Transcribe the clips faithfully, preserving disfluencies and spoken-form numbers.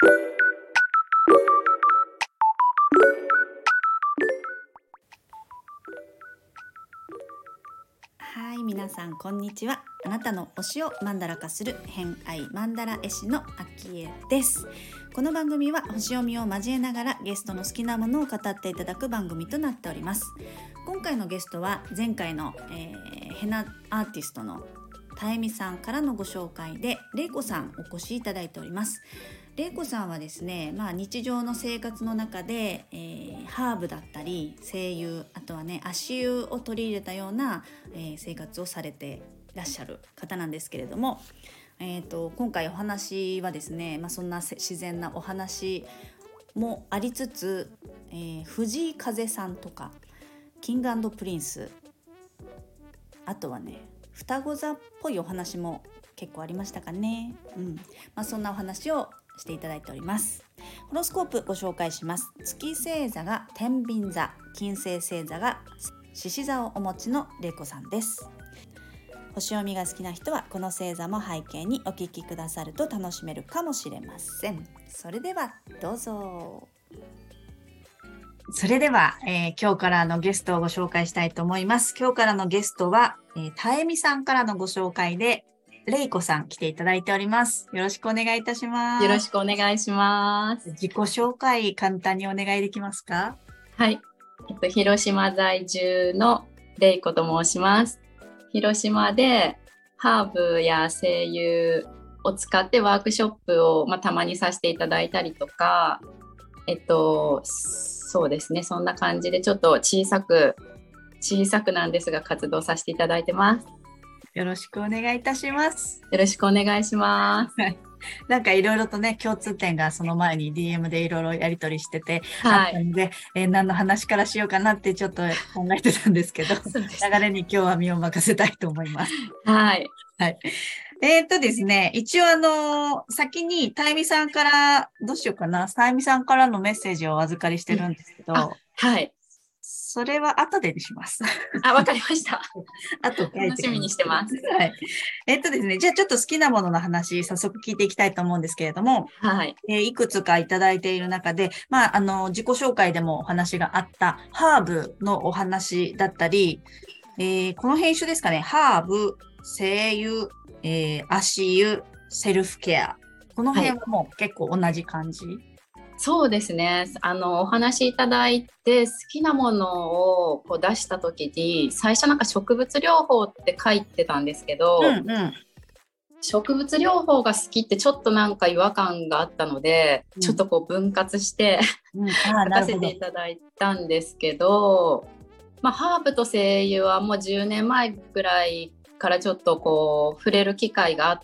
はい、皆さんこんにちは。あなたの推しをマンダラ化する偏愛マンダラ絵師のあきえです。この番組は星読みを交えながらゲストの好きなものを語っていただく番組となっております。今回のゲストは前回の、えー、ヘナアーティストのたえみさんからのご紹介でれいこさんお越しいただいております。れいこさんはですね、まあ、日常の生活の中で、えー、ハーブだったり精油、あとはね足湯を取り入れたような、えー、生活をされていらっしゃる方なんですけれども、えーと、今回お話はですね、まあ、そんな自然なお話もありつつ、えー、藤井風さんとかキング&プリンス、あとはね双子座っぽいお話も結構ありましたかね、うんまあ、そんなお話をしていただいております。ホロスコープご紹介します。月星座が天秤座、金星星座が獅子座をお持ちのれいこさんです。星読みが好きな人はこの星座も背景にお聞きくださると楽しめるかもしれません。それではどうぞ。それでは、えー、今日からのゲストをご紹介したいと思います。今日からのゲストは、えー、たえみさんからのご紹介でれいこさん来ていただいております。よろしくお願いいたします。 よろしくお願いします。 自己紹介簡単にお願いできますか？ はい、えっと、広島在住のれいこと申します。広島でハーブや精油を使ってワークショップを、まあ、たまにさせていただいたりとか、えっとそうですね、そんな感じでちょっと小さく小さくなんですが活動させていただいてます。 よろしくお願いいたします。 よろしくお願いします。 なんかいろいろとね、共通点がその前に ディーエム でいろいろやり取りしてて、 はい、 あったので、えー、何の話からしようかなってちょっと考えてたんですけど、流れに今日は身を任せたいと思います。 はい。 はい。えーっとですね、一応あの、先にたえみさんから、どうしようかな、たえみさんからのメッセージをお預かりしてるんですけど、うん、 はい。 それは後でにします。 あ、わかりました。 後で楽しみにしてます。 はい。えっとですね、じゃあちょっと好きなものの話、早速聞いていきたいと思うんですけれども、 はい。 えー、いくつかいただいている中で、まあ、あの、自己紹介でもお話があったハーブのお話だったり、えー、この編集ですかね、ハーブ、精油、えー、足湯、セルフケア。この辺はもう結構同じ感じ？はい、 そうですね。あの、お話いただいて好きなものをこう出した時に、最初なんか植物療法って書いてたんですけど、 うんうん、 植物療法が好きってちょっとなんか違和感があったので、うん、ちょっとこう分割してうん、 書かせていただいたんですけど、まあ、ハーブと精油はもうじゅうねんまえぐらいからちょっとこう触れる機会があって、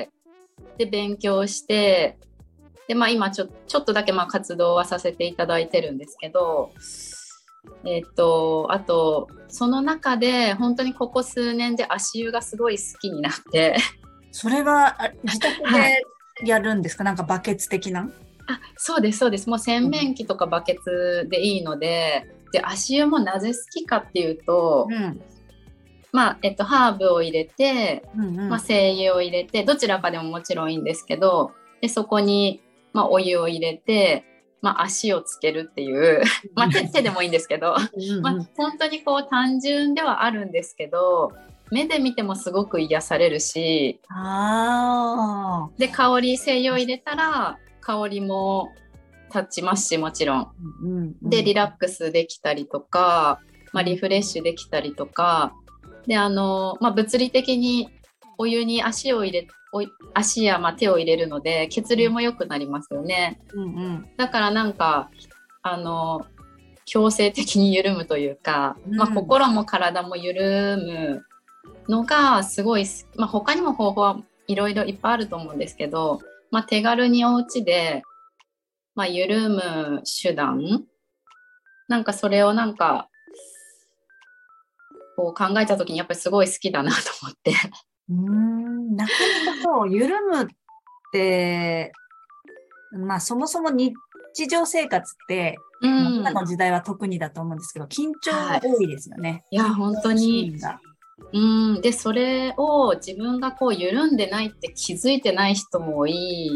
で勉強して、で、まあ、今ちょ、ちょっとだけまあ活動はさせていただいてるんですけど、えっと、あとその中で本当にここ数年で足湯がすごい好きになって。 それは自宅でやるんですか？はい、なんかバケツ的な？ あ、そうですそうです。もう洗面器とかバケツでいいので、で足湯もなぜ好きかっていうと、うん、まあえっと、ハーブを入れて、うんうん、まあ、精油を入れて、どちらかでももちろんいいんですけど、でそこにまあ、お湯を入れて、まあ、足をつけるっていう、まあ、手, 手でもいいんですけど、うんうん、まあ、本当にこう単純ではあるんですけど、目で見てもすごく癒されるし、あで香り精油を入れたら香りも立ちますし、もちろん、うんうん、でリラックスできたりとか、まあ、リフレッシュできたりとかで、あの、まあ、物理的にお湯に足を入れ足やまあ手を入れるので血流も良くなりますよね、うんうん、だからなんかあの強制的に緩むというか、うん、まあ、心も体も緩むのがすごい、まあ、他にも方法はいろいろいっぱいあると思うんですけど、まあ、手軽にお家で、まあ、緩む手段なんかそれをなんかこう考えた時にやっぱりすごい好きだなと思って。 うーん、なかなかそう緩むって、まあそもそも日常生活って、うん、今の時代は特にだと思うんですけど、緊張が多いですよね。はい、 いや本当に。うんでそれを自分がこう緩んでないって気づいてない人も多い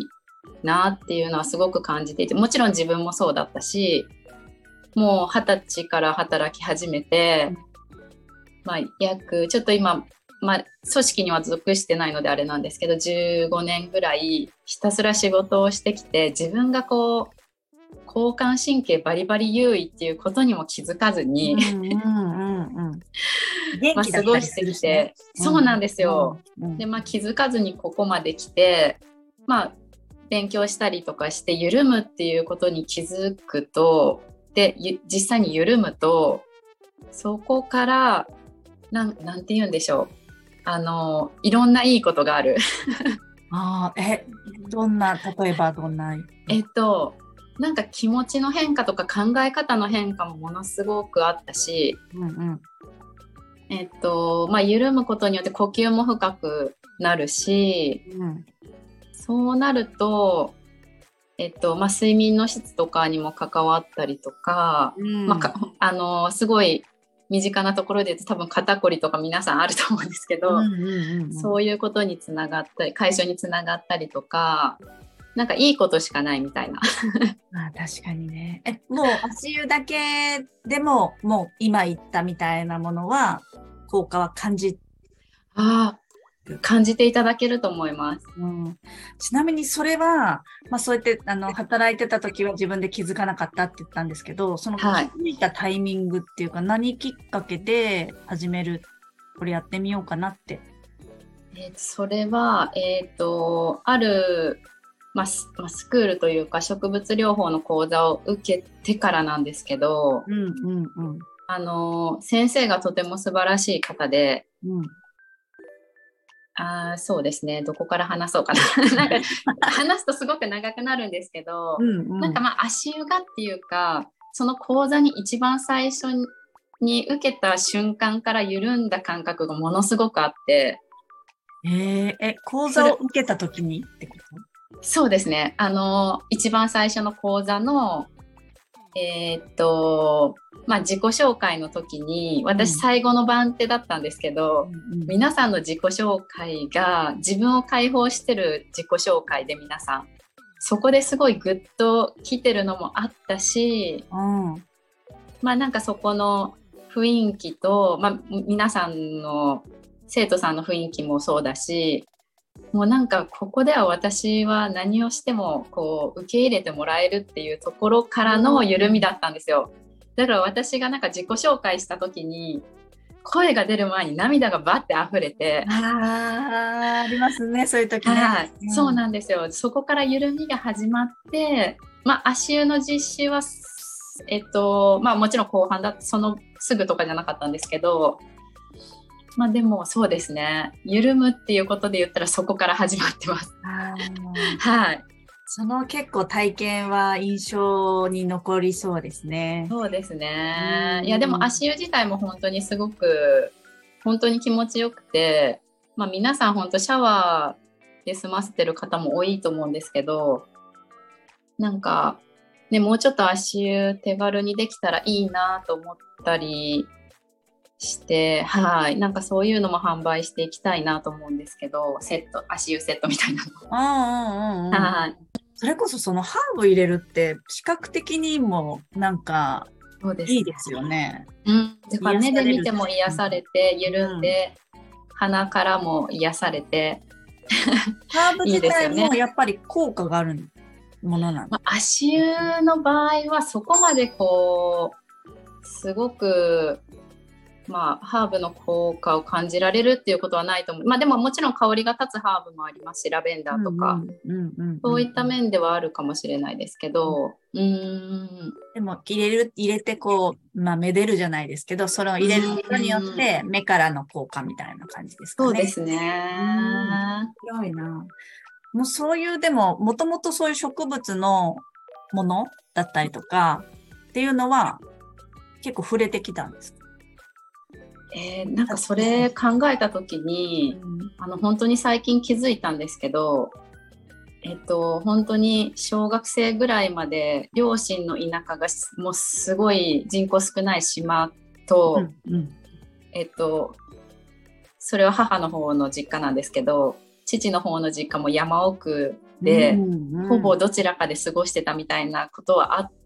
なっていうのはすごく感じていて、もちろん自分もそうだったし、もうはたちから働き始めて、まあ、約ちょっと今、まあ、組織には属してないのであれなんですけど、じゅうごねんぐらいひたすら仕事をしてきて、自分がこう交感神経バリバリ優位っていうことにも気づかずに、 うんうんうんうん、元気だったりするしね。 まあ、過ごしてきて、そうなんですよ、うんうんうん、で、まあ、気づかずにここまで来て、まあ、勉強したりとかして緩むっていうことに気づくと、で実際に緩むと、そこからなん、なんて言うんでしょう、あのいろんないいことがあるあー、えどんな、例えばどんなえっとなんか気持ちの変化とか考え方の変化もものすごくあったし、うんうん、えっとまあ、緩むことによって呼吸も深くなるし、うん、そうなると、えっとまあ、睡眠の質とかにも関わったりとか、うんまあ、あのすごい身近なところで言うと多分肩こりとか皆さんあると思うんですけど、うんうんうんうん、そういうことにつながったり解消につながったりとか、なんかいいことしかないみたいなあ、確かにね。え、もう足湯だけでももう今言ったみたいなものは効果は感じあ感じていただけると思います、 うん、ちなみにそれは、まあ、そうやってあの働いてた時は自分で気づかなかったって言ったんですけど、その気づいたタイミングっていうか、はい、何きっかけで始める、これやってみようかなって。 えー、それは、えーと、ある、まあ、ス, まあ、スクールというか植物療法の講座を受けてからなんですけど、うんうんうん、あの先生がとても素晴らしい方で、うん、あそうですね、どこから話そうかななんか話すとすごく長くなるんですけど、うんうん、なんかまあ足湯がっていうか、その講座に一番最初に受けた瞬間から緩んだ感覚がものすごくあって、 えー、え講座を受けた時にってこと？ そうですね、あの一番最初の講座のえー、っとまあ、自己紹介の時に、私最後の番手だったんですけど、うん、皆さんの自己紹介が自分を解放してる自己紹介で、皆さんそこですごいグッと来てるのもあったし、うん、まあなんかそこの雰囲気と、まあ、皆さんの生徒さんの雰囲気もそうだし、もうなんかここでは私は何をしてもこう受け入れてもらえるっていうところからの緩みだったんですよ。だから私がなんか自己紹介した時に声が出る前に涙がバッて溢れて、 あー、ありますね、そういう時ね、 はい、うん、そうなんですよ。そこから緩みが始まって、まあ、足湯の実習は、えっとまあ、もちろん後半だってそのすぐとかじゃなかったんですけど、まあでもそうですね、緩むっていうことで言ったらそこから始まってます。はい。 その結構体験は印象に残りそうですね。 そうですね。いやでも足湯自体も本当にすごく本当に気持ちよくて、まあ皆さん本当シャワーで済ませてる方も多いと思うんですけど、なんかね、もうちょっと足湯手軽にできたらいいなと思ったりして、はい、なんかそういうのも販売していきたいなと思うんですけど、セット、足湯セットみたいなの。 うんうんうんうん、はい。それこそそのハーブ入れるって視覚的にもなんかいいですよね。 うん、だから目で見ても癒されて、緩んで、うん、鼻からも癒されてハーブ自体もやっぱり効果があるものなんです、 まあ、足湯の場合はそこまでこうすごくまあ、ハーブの効果を感じられるっていうことはないと思う。まあでももちろん香りが立つハーブもありますし、ラベンダーとか、そういった面ではあるかもしれないですけど、うん、うーん、 でも入れる、入れてこう、まあめでるじゃないですけど、それを入れることによって目からの効果みたいな感じですかね。 そうですね。 面白いな。もうそういう、でも、もともとそういう植物のものだったりとかっていうのは結構触れてきたんですか？ えー、なんかそれ考えた時に、うん、あの本当に最近気づいたんですけど、えっと、本当に小学生ぐらいまで両親の田舎がもうすごい人口少ない島と、うんうん、えっと、それは母の方の実家なんですけど、父の方の実家も山奥で、 うんうん、 ほぼどちらかで過ごしてたみたいなことはあって、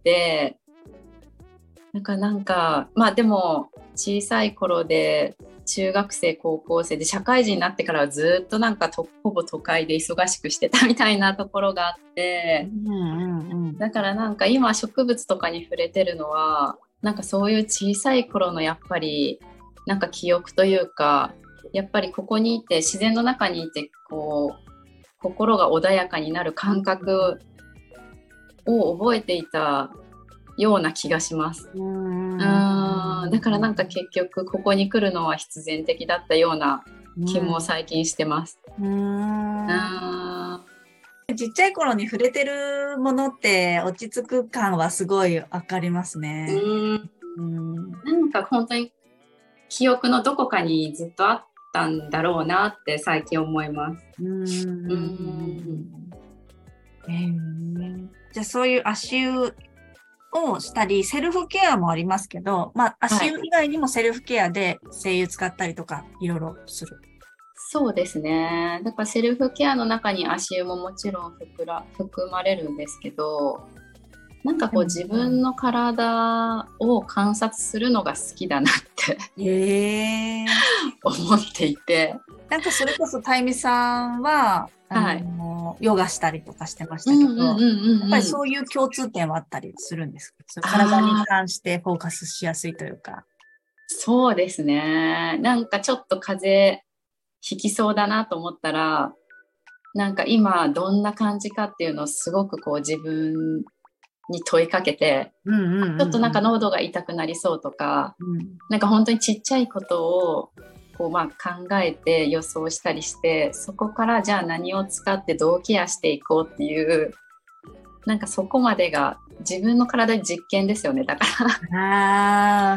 なんかなんかまあでも小さい頃で中学生高校生で社会人になってからはずっとなんかとほぼ都会で忙しくしてたみたいなところがあって、 うんうんうん、 だからなんか今植物とかに触れてるのはなんかそういう小さい頃のやっぱりなんか記憶というか、やっぱりここにいて自然の中にいてこう心が穏やかになる感覚を覚えていたような気がします。うんだからなんか結局ここに来るのは必然的だったような気も最近してます。 うんうんちっちゃい頃に触れてるものって落ち着く感はすごいわかりますね。 うんうんなんか本当に記憶のどこかにずっとあったんだろうなって最近思います。うんうんえー、じゃあそういう足湯をしたりセルフケアもありますけど、まあ、足湯以外にもセルフケアで精油使ったりとかいろいろする。 そうですね。だからセルフケアの中に足湯ももちろん含ら含まれるんですけど、なんかこう自分の体を観察するのが好きだなってへー思っていて、 なんかそれこそタイミさんはあの、はい、ヨガしたりとかしてましたけど、やっぱりそういう共通点はあったりするんですか？そ体に関してフォーカスしやすいというか。 そうですね。なんかちょっと風邪引きそうだなと思ったら、なんか今どんな感じかっていうのをすごくこう自分に問いかけて、うんうんうんうん、ちょっとなんか喉が痛くなりそうとか、うん、なんか本当にちっちゃいことをこうまあ考えて予想したりして、そこからじゃあ何を使ってどうケアしていこうっていう、なんかそこまでが自分の体に実験ですよね。だからあ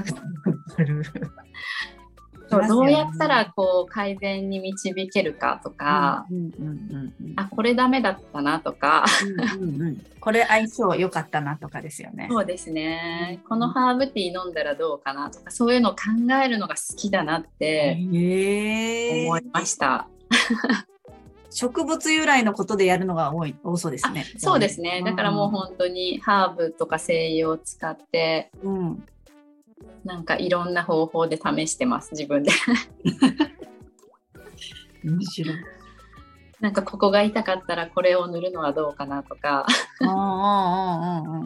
そうどうやったらこう改善に導けるかとか、うんうんうんうん、あこれダメだったなとかうん、うん、これ相性良かったなとかですよね。 そうですね。このハーブティー飲んだらどうかなとか、そういうのを考えるのが好きだなって思いました。 植物由来のことでやるのが多い多そうですね。 そうですね。だからもう本当にハーブとか精油を使って、うんなんかいろんな方法で試してます自分で面白い。 なんかここが痛かったらこれを塗るのはどうかなとかああああああ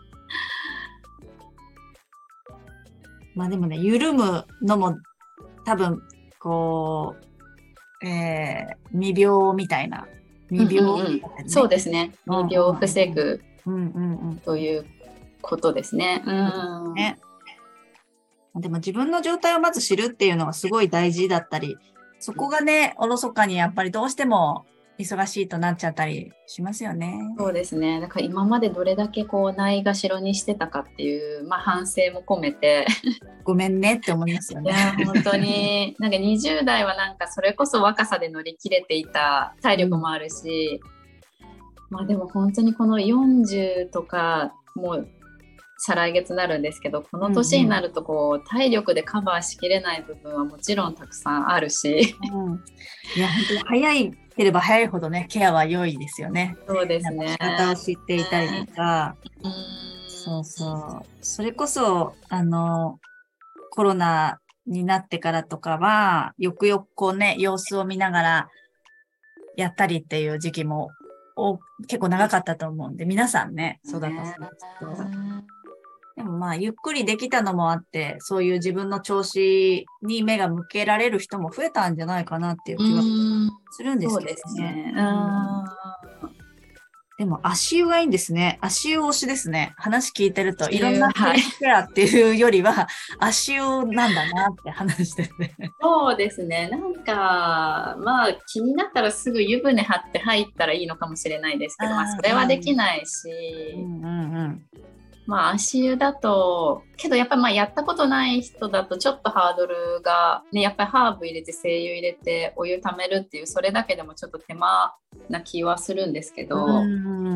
まあでもね緩むのも多分こう、えー、未病みたいな未病、 うんうんうん、そうですね未病を防ぐということですね。うんうんねでも自分の状態をまず知るっていうのがすごい大事だったり、そこがね、おろそかにやっぱりどうしても忙しいとなっちゃったりしますよね。 そうですね。だから今までどれだけこうないがしろにしてたかっていう、まあ、反省も込めてごめんねって思いますよね。 いや本当になんかにじゅう代はなんかそれこそ若さで乗り切れていた体力もあるし、うん、まあでも本当にこのよんじゅうとかもう再来月になるんですけど、この年になるとこう、うんうん、体力でカバーしきれない部分はもちろんたくさんあるし、 うん、いや本当に早いければ早いほどねケアは良いですよね。 そうですね。 仕方を知っていたりとか、うん、そうそうそれこそあのコロナになってからとかはよくよくこうね様子を見ながらやったりっていう時期も結構長かったと思うんで、皆さんねそうだったんですけど。でもまあゆっくりできたのもあってそういう自分の調子に目が向けられる人も増えたんじゃないかなっていう気はするんですけどね。そうですね。あでも足湯がいいんですね。足湯推しですね。話聞いてるといろんなセルフケアっていうよりは、はい、足湯なんだなって話してて。 そうですね。なんかまあ気になったらすぐ湯船張って入ったらいいのかもしれないですけど、あまあそれはできないし。うんうんうんまあ足湯だとけどやっぱりまあやったことない人だとちょっとハードルがねやっぱりハーブ入れて精油入れてお湯ためるっていうそれだけでもちょっと手間な気はするんですけど、うん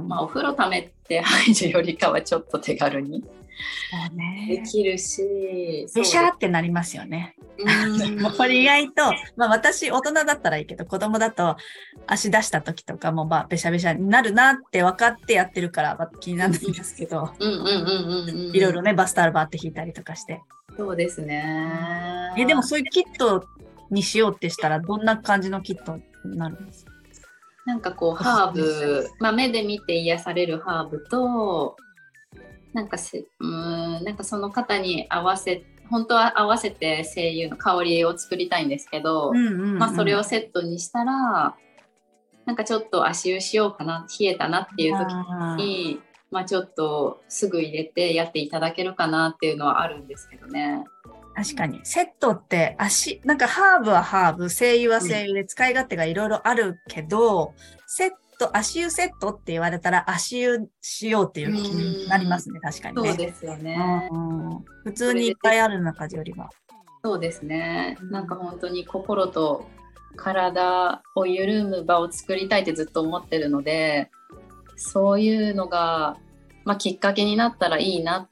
まあ、お風呂ためて入るよりかはちょっと手軽にそうね、 できるし、 べしゃーってなりますよね。もうこれ意外と、まあ私大人だったらいいけど、子供だと足出した時とかもまあべしゃべしゃになるなって分かってやってるから、まあ、気にならないんですけど、いろいろね、バスタオルバーって引いたりとかして。 そうですね。 え、でもそういうキットにしようってしたら、どんな感じのキットになるんですか？ なんかこうハーブ、まあ、目で見て癒されるハーブと、なんかせうーんなんかその方に合わせ本当は合わせて精油の香りを作りたいんですけど、うんうんうん、まあ、それをセットにしたらなんかちょっと足湯しようかな、冷えたなっていう時にまあ、ちょっとすぐ入れてやっていただけるかなっていうのはあるんですけどね。 確かにセットって足なんかハーブはハーブ、精油は精油で使い勝手がいろいろあるけど、うん、セット足湯セットって言われたら足湯しようっていう気になりますね。確かにね。 そうですよね、 うん、普通にいっぱいある中よりは。 そうですね、うん、なんか本当に心と体を緩む場を作りたいってずっと思ってるので、そういうのが、まあ、きっかけになったらいいなって、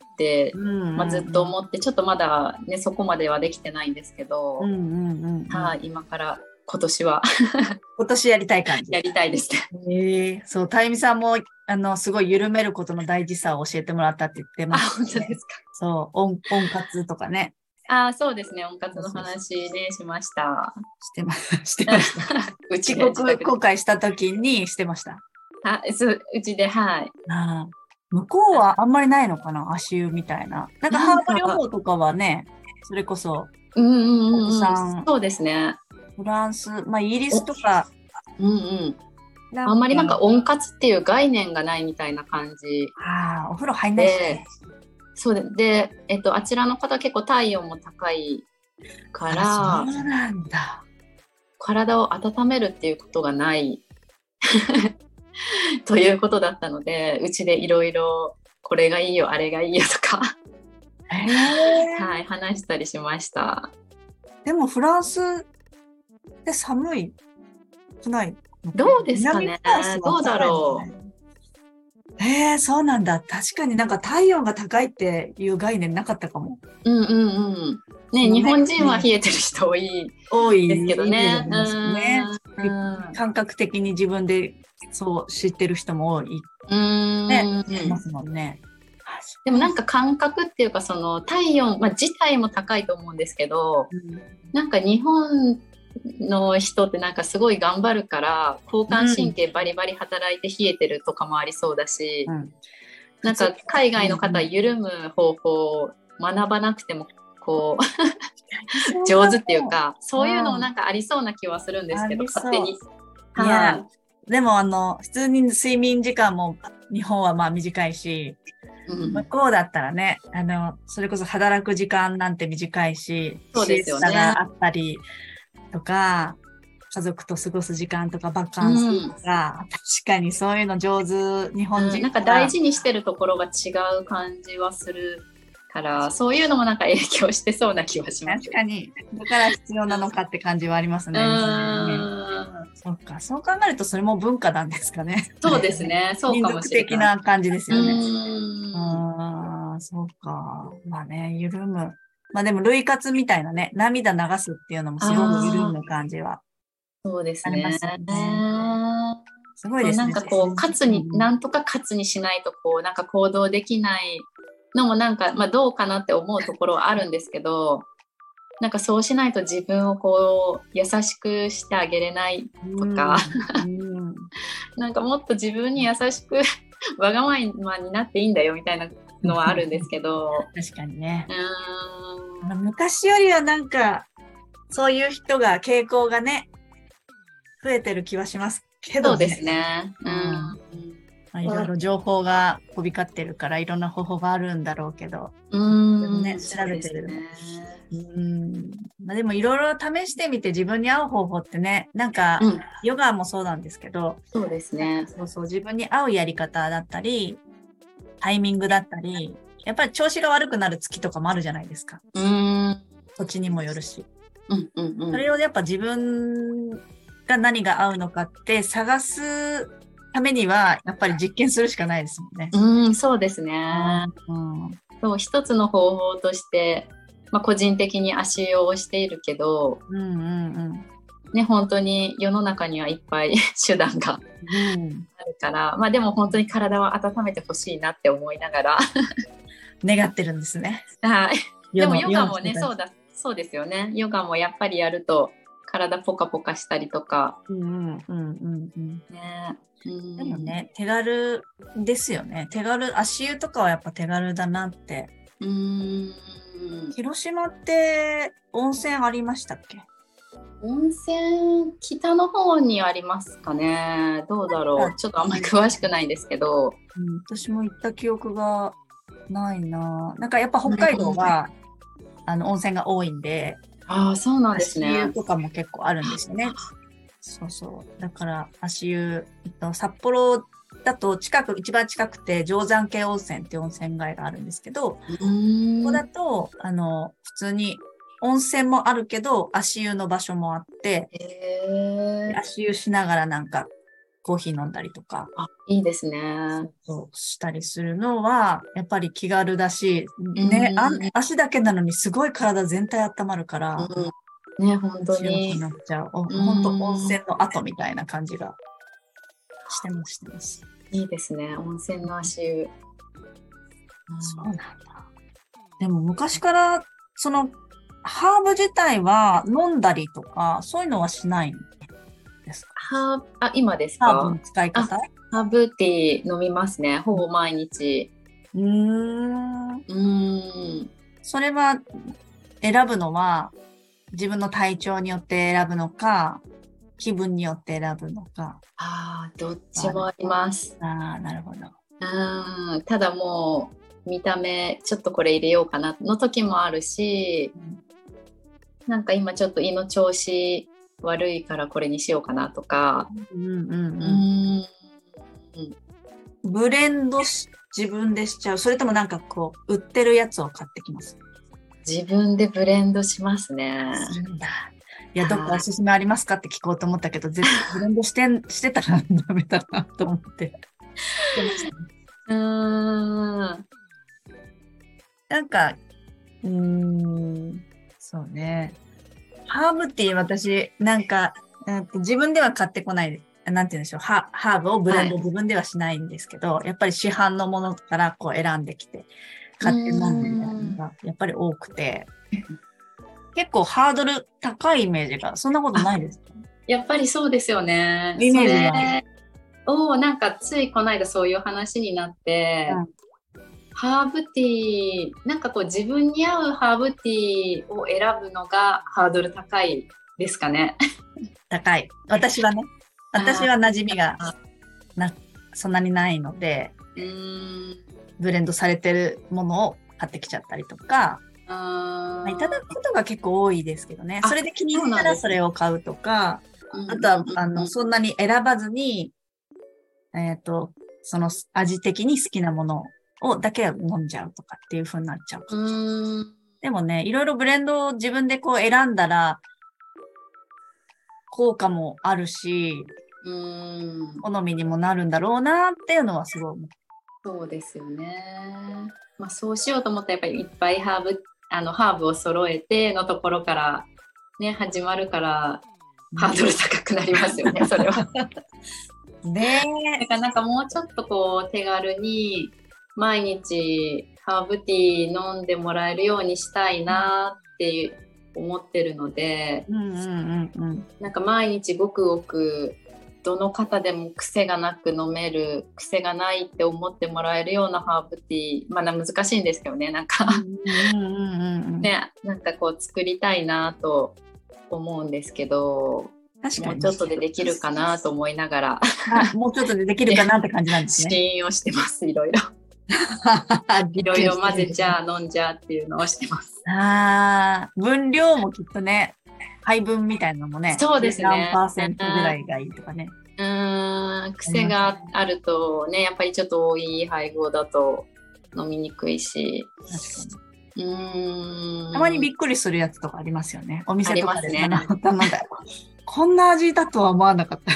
うんうんうん、まあ、ずっと思って、ちょっとまだ、ね、そこまではできてないんですけど、うんうんうんうん、はあ、今から今年は今年やりたい感じ。 やりたいですね。 えー、そう、たゆみさんもあのすごい緩めることの大事さを教えてもらったって言ってます、ね。あ、本当ですか。 そう、温温活とかね。 あ、そうですね、温活の話ねしました。 してましてました。うち帰国公開した時にしてました。 あ、う, うちで、はい。 あ、向こうはあんまりないのかな、足湯みたいな。なんかハーブ療法とかはね、それこそ、 うんうんうん、うん、そうですね。 フランス、まあイギリスとか、 うんうん、あんまりなんか温活っていう概念がないみたいな感じ。 ああ、お風呂入んないし、ね。 そうで、で、えっと、あちらの方結構体温も高いから、 そうなんだ。 体を温めるっていうことがないということだったので、うちでいろいろこれがいいよあれがいいよとか、はい、話したりしました。 でもフランスって寒いくない？ どうですかね。どうだろう。 へえ、そうなんだ。確かになんか体温が高いっていう概念なかったかも。 うんうんうん。ね、日本人は冷えてる人多い多いですけどね。 ね、感覚的に自分でそう知ってる人も多い。 うんね、いますもんね。 でもなんか感覚っていうかその体温、まあ、自体も高いと思うんですけど、うん、なんか日本の人ってなんかすごい頑張るから交感神経バリバリ働いて冷えてるとかもありそうだし、うん、なんか海外の方は緩む方法を学ばなくてもこう上手っていうか、そういうのもなんかありそうな気はするんですけど、勝手に。いや、でもあの普通に睡眠時間も日本はまあ短いし、うん、向こうだったらね、あのそれこそ働く時間なんて短いし、 そうですよね、 シエスタがあったりとか、家族と過ごす時間とかバカンスとか、うん、確かにそういうの上手、日本人、うん、 なんか大事にしてるところが違う感じはするから、そういうのもなんか影響してそうな気はします。 確かに、だから必要なのかって感じはありますね。そうか、そう考えるとそれも文化なんですかね。 そうですね、そうかもしれない。 民族的な感じですよね。ああ、そうか。まあね、緩む。まあでも類活みたいなね、涙流すっていうのもすごく緩む感じは。 そうですね。 すごいですね。 なんかこう、勝つに、なんとか勝つにしないと、こう、なんか行動できないのもなんか、まあどうかなって思うところはあるんですけど、なんかそうしないと自分をこう優しくしてあげれないとか、うんなんかもっと自分に優しくわがままになっていいんだよみたいなのはあるんですけど確かにね、うん、昔よりはなんかそういう人が傾向がね増えてる気はしますけどね。 そうですね、うんうんまあ、いろいろ情報が飛び交ってるからいろんな方法があるんだろうけど、うん、ね、調べてる。うんまあ、でもいろいろ試してみて自分に合う方法ってね、なんか、うん、ヨガもそうなんですけど、 そうですね、 そうそう、自分に合うやり方だったりタイミングだったり、やっぱり調子が悪くなる月とかもあるじゃないですか。うん土地にもよるし、うんうんうん、それをやっぱ自分が何が合うのかって探すためにはやっぱり実験するしかないですもんね。 うん、そうですね。うん、そう一つの方法として、まあ、個人的に足湯をしているけど、うんうんうんね、本当に世の中にはいっぱい手段があるから、うん、まあでも本当に体を温めてほしいなって思いながら願ってるんですね。 はい。でもヨガもね、そうだ、そうですよね。ヨガもやっぱりやると体ポカポカしたりとか。うんうんうんうん。 ね、うん、でもね、手軽ですよね。手軽、足湯とかはやっぱ手軽だなって。うん。広島って温泉ありましたっけ？ 温泉北の方にありますかね。どうだろう。ちょっとあんまり詳しくないんですけど、 うん、私も行った記憶がないな。なんかやっぱ北海道は、うん、あの温泉が多いんで、 ああそうなんですね。 足湯とかも結構あるんですよね。そうそう。だから足湯、札幌だと近く一番近くて定山渓温泉っていう温泉街があるんですけど、ここだとあの普通に温泉もあるけど足湯の場所もあって、へー、足湯しながらなんかコーヒー飲んだりとか、 あ、いいですね。 そうしたりするのはやっぱり気軽だし、ね、あ足だけなのにすごい体全体温まるから、 うん、ね、本当になっちゃう。本当温泉の後みたいな感じがしてますしてます。 いいですね、温泉の足湯。 うん、そうなんだ。でも昔からそのハーブ自体は飲んだりとかそういうのはしないんですか？ ハーブ、あ、今ですか？ ハーブの使い方？ ハーブティー飲みますね、ほぼ毎日。うーん。 うーん。それは選ぶのは自分の体調によって選ぶのか、気分によって選ぶのか。 ああ、どっちもあります。 ああ、なるほど。 うん、ただもう見た目ちょっとこれ入れようかなの時もあるし、うん、なんか今ちょっと胃の調子悪いからこれにしようかなとか。うんうんうんうん、ブレンドし自分でしちゃう？それともなんかこう売ってるやつを買ってきます？ 自分でブレンドしますね。 するんだ。いや、どっかおすすめありますかって聞こうと思ったけど、絶対ブレンドしてしてたらダメだなと思って。うーん。なんか、うーん、そうね。ハーブティー私、なんか、自分では買ってこない、なんて言うんでしょう、ハ, ハーブをブレンド自分ではしないんですけど、はい、やっぱり市販のものからこう選んできて、買って飲んでみたいなのがやっぱり多くて、結構ハードル高いイメージが、そんなことないですか？ やっぱりそうですよね。イメージが。おなんかついこの間そういう話になって、うん、ハーブティー、なんかこう自分に合うハーブティーを選ぶのがハードル高いですかね。 高い。私はね、私は馴染みがなそんなにないので、うーんブレンドされてるものを買ってきちゃったりとか、あいただくことが結構多いですけどね。それで気に入ったらそれを買うとか、あとは、あの、そんなに選ばずに、えっと、その味的に好きなものをだけ飲んじゃうとかっていう風になっちゃうかもしれない。でもね、いろいろブレンドを自分でこう選んだら、効果もあるし、うーん好みにもなるんだろうなっていうのはすごい思う。 そうですよね。まあ、そうしようと思ったらやっぱりいっぱいハーブ、あのハーブを揃えてのところからね始まるから、ハードル高くなりますよね、それは。ねえ。だからなんかもうちょっとこう手軽に毎日ハーブティー飲んでもらえるようにしたいなって思ってるので、うんうんうんうん、なんか毎日ごくごくどの方でも癖がなく飲める、癖がないって思ってもらえるようなハーブティー、まあ難しいんですけどね、なんかね、なんかこう作りたいなと思うんですけど、確かにもうちょっとでできるかなと思いながらもうちょっとでできるかなって感じなんですね。 試飲をしてます、いろいろいろいろ混ぜちゃ飲んじゃっていうのをしてます。 あ分量もきっとね、配分みたいなのもね、 そうですね、 何パーセントぐらいがいいとかね。 うーん、癖があるとね、やっぱりちょっと多い配合だと飲みにくいし。確かに。うーん、たまにびっくりするやつとかありますよね。お店とかで頼んだら、こんな味だとは思わなかった。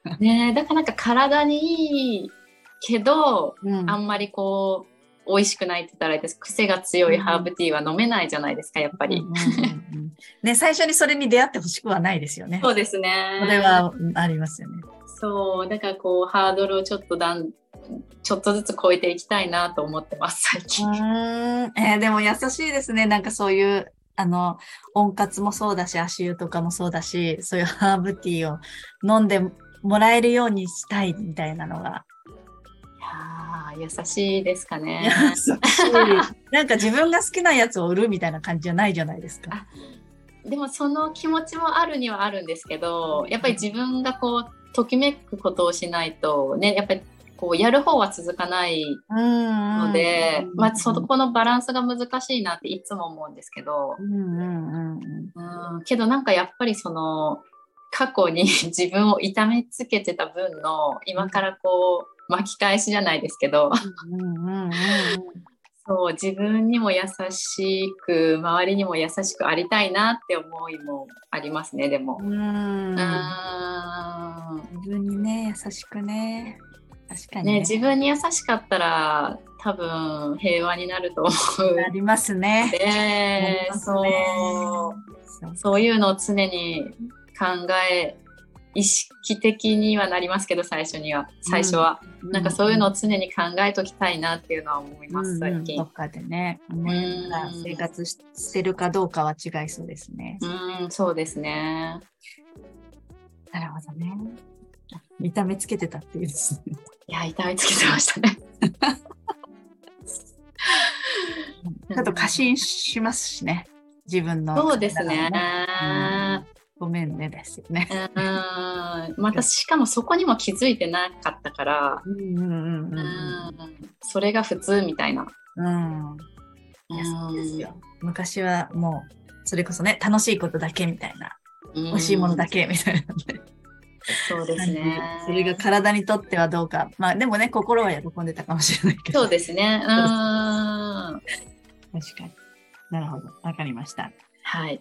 ね、だからなんか体にいいけど、 うん、 あんまりこう美味しくないって言ったらあれです。癖が強いハーブティーは飲めないじゃないですか、やっぱり。 うんうんうんうんね、最初にそれに出会ってほしくはないですよね。 そうですそれね。 はありますよね。 そう、だからこうハードルをちょっとだんちょっとずつ超えていきたいなと思ってます、最う近。 ーん、えーでも優しいですね。なんかそういう、あの、温活もそうだし、足湯とかもそうだし、そういうハーブティーを飲んでもらえるようにしたいみたいなのが。 いやー優しいですか優ね。 しい。なんか自分が好きなやつを売るみたいな感じじゃないじゃないですか。 あ、でもその気持ちもあるにはあるんですけど、やっぱり自分がこうときめくことをしないとね、やっぱりこうやる方は続かないのうんうん。 で、まあそこのバランスが難しいなっていつも思うんですけど、 うんうんうんうん。 うん、けどなんかやっぱりその過去に自分を痛めつけてた分の今からこう巻き返しじゃないですけど、 うんうんうんうん。 そう自分にも優しく周りにも優しくありたいなって思いもありますね、でも。 ううん。 ーん自分にね、優しくね。確かにね、 ね。 自分に優しかったら多分平和になると思うありますのね。ありで、 ますね。 そうそうか。 そういうのを常に考え意識的にはなりますけど、最初にはうん。 最初はなんかそういうのをうん常に考えときたいなっていうのは思いうん。 ます、 うんうん。ど最近。 っかでね、 う思いながら生ーん活ししてるかどうかは違いそうですね。 うーんそうですね。 なるほどね。見た目つけてたっていうですね。 いや痛みつけてましたね。 ちょっと過信しますしね。自分のそうですね。 体がね。うん、ごめんねですよね。 うんまたしかもそこにも気づいてなかったからうんうんうんうんうんそれが普通みたいな。 うん。うん。いや、そうですうよ。昔はもう、それこそね、楽しいことだけみたいな。美味しいものだんけみたいなね。 そうです感じ。それがね。 体にとってはどうか。まあでもね、心は喜んでたかもしれないけど。 そうですね。うん。は確かに。なるほど。わかりました。 い。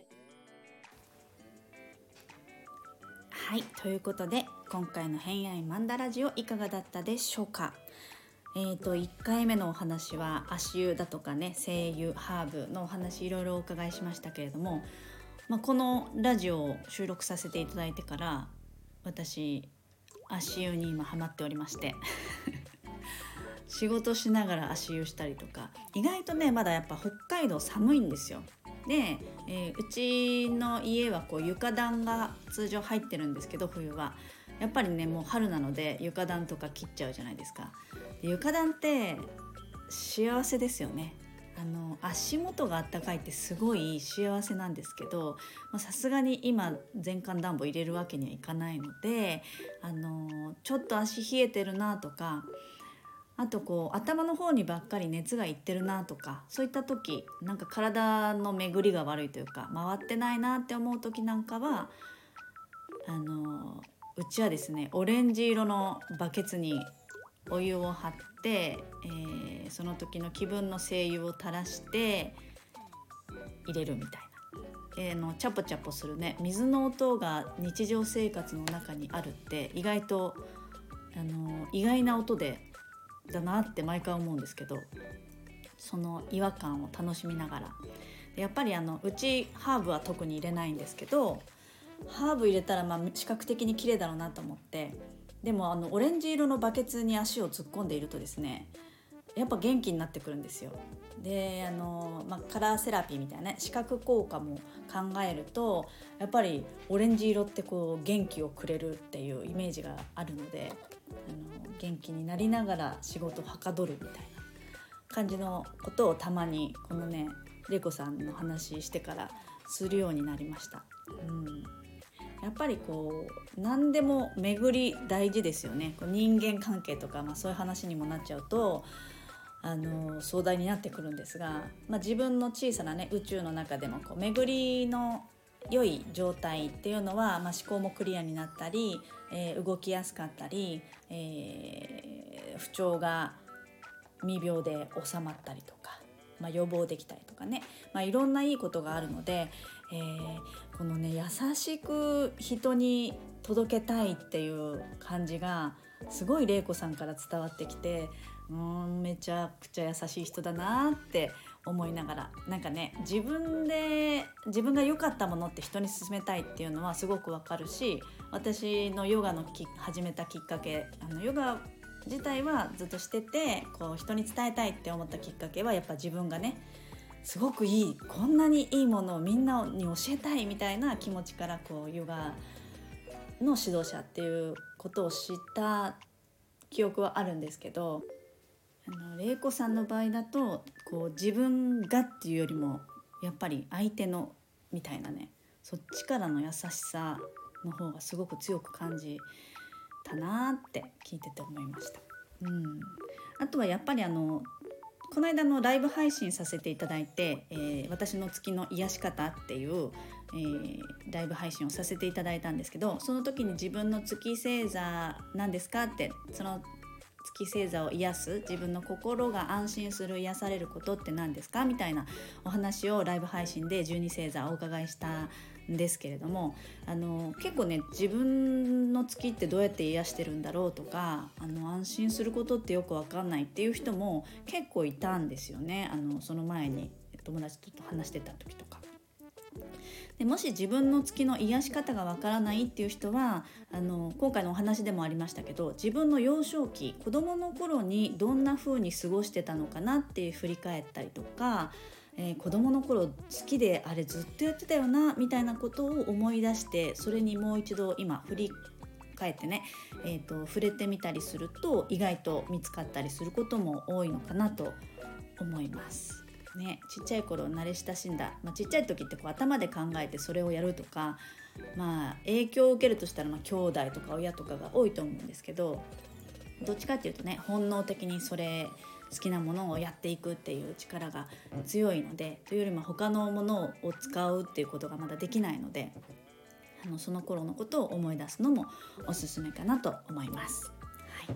はい。ということで、今回の偏愛マンダラジオいかがだったでしょうか。えーと、いっかいめのお話は足湯だとかね、精油、ハーブのお話いろいろお伺いしましたけれども、まあ、このラジオを収録させていただいてから私足湯に今ハマっておりまして仕事しながら足湯したりとか、意外とねまだやっぱ北海道寒いんですよ。で、えー、うちの家はこう床暖が通常入ってるんですけど、冬はやっぱりねもう春なので床暖とか切っちゃうじゃないですか。で床暖って幸せですよね。あの足元があったかいってすごい幸せなんですけど、さすがに今全館暖房入れるわけにはいかないので、あのちょっと足冷えてるなとか、あとこう頭の方にばっかり熱がいってるなとか、そういった時なんか体の巡りが悪いというか回ってないなって思う時なんかは、あのうちはですねオレンジ色のバケツにお湯を張って、えー、その時の気分の精油を垂らして入れるみたいな、えー、のチャポチャポするね水の音が日常生活の中にあるって意外とあの意外な音でだなって毎回思うんですけど、その違和感を楽しみながら、やっぱりあのうちハーブは特に入れないんですけど、ハーブ入れたらまあ視覚的に綺麗だろうなと思って、でもあのオレンジ色のバケツに足を突っ込んでいるとですね、やっぱ元気になってくるんですよ。であの、まあ、カラーセラピーみたいな、ね、視覚効果も考えるとやっぱりオレンジ色ってこう元気をくれるっていうイメージがあるので、あの元気になりながら仕事をはかどるみたいな感じのことをたまにこのね玲子さんの話してからするようになりました。うん、やっぱりこう何でも巡り大事ですよね。こう人間関係とか、まあ、そういう話にもなっちゃうとあの壮大になってくるんですが、まあ、自分の小さな、ね、宇宙の中でもこう巡りの良い状態っていうのは、まあ、思考もクリアになったり、えー、動きやすかったり、えー、不調が未病で収まったりとか、まあ、予防できたりとかね、まあ、いろんないいことがあるので、えー、このね優しく人に届けたいっていう感じがすごい玲子さんから伝わってきて、うーんめちゃくちゃ優しい人だなって思いながら、なんかね、自分で自分が良かったものって人に勧めたいっていうのはすごくわかるし、私のヨガのき始めたきっかけ、あのヨガ自体はずっとしてて、こう人に伝えたいって思ったきっかけはやっぱ自分がね、すごくいい、こんなにいいものをみんなに教えたいみたいな気持ちから、こうヨガの指導者っていうことを知った記憶はあるんですけど、あの玲子さんの場合だとこう自分がっていうよりもやっぱり相手のみたいなね、そっちからの優しさの方がすごく強く感じたなって聞いてて思いました。うん、あとはやっぱりあのこの間のライブ配信させていただいて、えー、私の月の癒し方っていう、えー、ライブ配信をさせていただいたんですけど、その時に自分の月星座なんですかって、その月星座を癒す、自分の心が安心する、癒されることって何ですかみたいなお話をライブ配信でじゅうに星座お伺いしたんですけれども、あの結構ね、自分の月ってどうやって癒してるんだろうとか、あの安心することってよく分かんないっていう人も結構いたんですよね。あのその前に友達と話してた時とかで、もし自分の月の癒し方がわからないっていう人は、あの今回のお話でもありましたけど、自分の幼少期、子どもの頃にどんな風に過ごしてたのかなって振り返ったりとか、えー、子どもの頃好きであれずっとやってたよなみたいなことを思い出して、それにもう一度今振り返ってね、えーと、触れてみたりすると意外と見つかったりすることも多いのかなと思いますね。ちっちゃい頃慣れ親しんだ、まあ、ちっちゃい時ってこう頭で考えてそれをやるとか、まあ、影響を受けるとしたら、まあ、兄弟とか親とかが多いと思うんですけど、どっちかっていうとね、本能的にそれ好きなものをやっていくっていう力が強いので、というよりも他のものを使うっていうことがまだできないので、あのその頃のことを思い出すのもおすすめかなと思います。はい、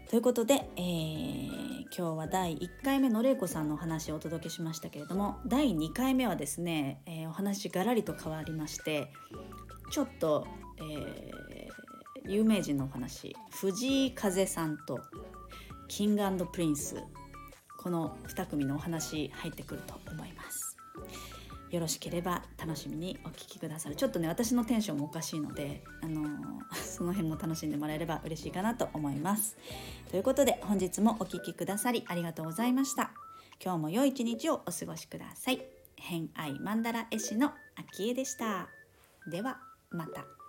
ということで、えー、今日はだいいっかいめの玲子さんのお話をお届けしましたけれども、だいにかいめはですね、えー、お話がらりと変わりまして、ちょっと、えー、有名人のお話、藤井風さんとキング&プリンス、このに組のお話入ってくると思います。よろしければ楽しみにお聞きくださる。ちょっとね、私のテンションもおかしいので、あのー、その辺も楽しんでもらえれば嬉しいかなと思います。ということで、本日もお聞きくださりありがとうございました。今日も良い一日をお過ごしください。偏愛マンダラ絵師のあきえでした。ではまた。